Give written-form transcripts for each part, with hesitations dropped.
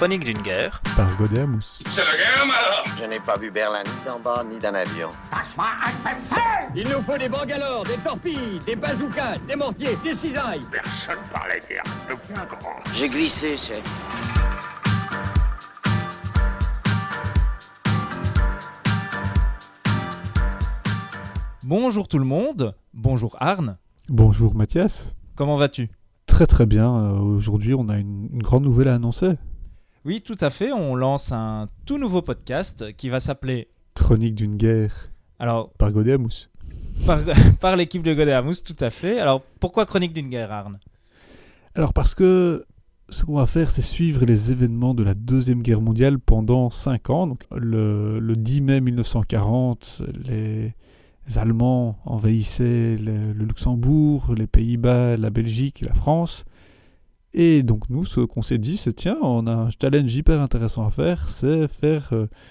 Chronique d'une guerre par Godet Amous. C'est la guerre, alors. Je n'ai pas vu Berlin ni d'en bas ni d'un avion. Il nous faut des bangalores, des torpilles, des bazookas, des mortiers, des cisailles. Personne parlait guerre, le bien grand. J'ai glissé, chef. Bonjour tout le monde, bonjour Arne. Bonjour Mathias. Comment vas-tu ? Très très bien, aujourd'hui on a une grande nouvelle à annoncer. Oui, tout à fait, on lance un tout nouveau podcast qui va s'appeler Chronique d'une guerre. Alors, par Godet Amous. Par l'équipe de Godet Amous, tout à fait. Alors, pourquoi Chronique d'une guerre, Arne ? Alors parce que ce qu'on va faire, c'est suivre les événements de la Deuxième Guerre mondiale pendant 5 ans. Donc, le 10 mai 1940, les Allemands envahissaient le Luxembourg, les Pays-Bas, la Belgique, la France. Et donc nous, ce qu'on s'est dit, c'est tiens, on a un challenge hyper intéressant à faire, c'est faire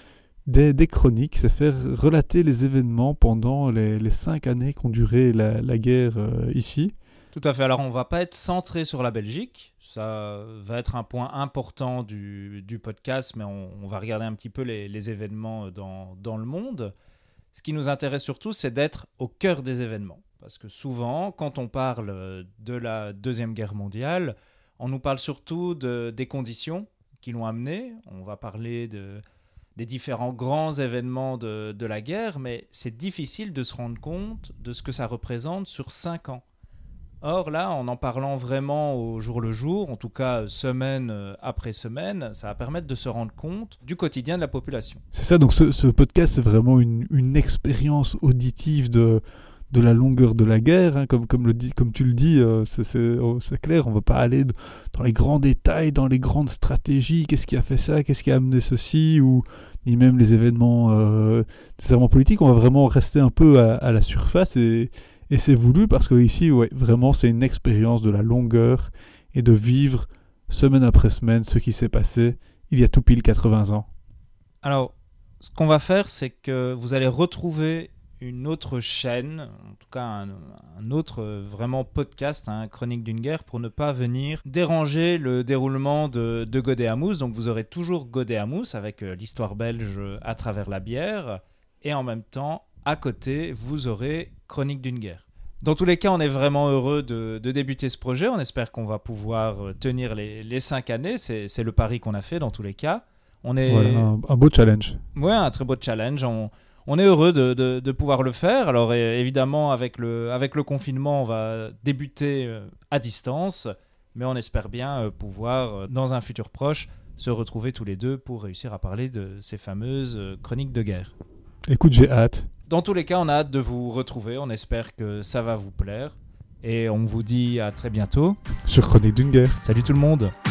des chroniques, c'est faire relater les événements pendant les 5 années qu'ont duré la guerre ici. Tout à fait, alors on ne va pas être centré sur la Belgique, ça va être un point important du podcast, mais on va regarder un petit peu les événements dans le monde. Ce qui nous intéresse surtout, c'est d'être au cœur des événements. Parce que souvent, quand on parle de la Deuxième Guerre mondiale, on nous parle surtout des conditions qui l'ont amené. On va parler des différents grands événements de la guerre, mais c'est difficile de se rendre compte de ce que ça représente sur 5 ans. Or là, en parlant vraiment au jour le jour, en tout cas semaine après semaine, ça va permettre de se rendre compte du quotidien de la population. C'est ça, donc ce podcast, c'est vraiment une expérience auditive de la longueur de la guerre, hein, comme tu le dis, c'est clair, on ne va pas aller dans les grands détails, dans les grandes stratégies, qu'est-ce qui a fait ça, qu'est-ce qui a amené ceci, ou ni même les événements politiques, on va vraiment rester un peu à la surface, et c'est voulu parce que ici, ouais, vraiment, c'est une expérience de la longueur et de vivre semaine après semaine ce qui s'est passé il y a tout pile 80 ans. Alors, ce qu'on va faire, c'est que vous allez retrouver une autre chaîne, en tout cas un autre vraiment podcast, Chronique d'une guerre, pour ne pas venir déranger le déroulement de Godet Amous. Donc vous aurez toujours Godet Amous avec l'histoire belge à travers la bière, et en même temps, à côté, vous aurez Chronique d'une guerre. Dans tous les cas, on est vraiment heureux de débuter ce projet. On espère qu'on va pouvoir tenir les 5 années. C'est le pari qu'on a fait dans tous les cas. Voilà, un beau challenge. Oui, un très beau challenge. On est heureux de pouvoir le faire. Alors évidemment, avec le confinement, on va débuter à distance. Mais on espère bien pouvoir, dans un futur proche, se retrouver tous les deux pour réussir à parler de ces fameuses chroniques de guerre. Écoute, j'ai hâte. Dans tous les cas, on a hâte de vous retrouver. On espère que ça va vous plaire. Et on vous dit à très bientôt. Sur Chronique d'une guerre. Salut tout le monde.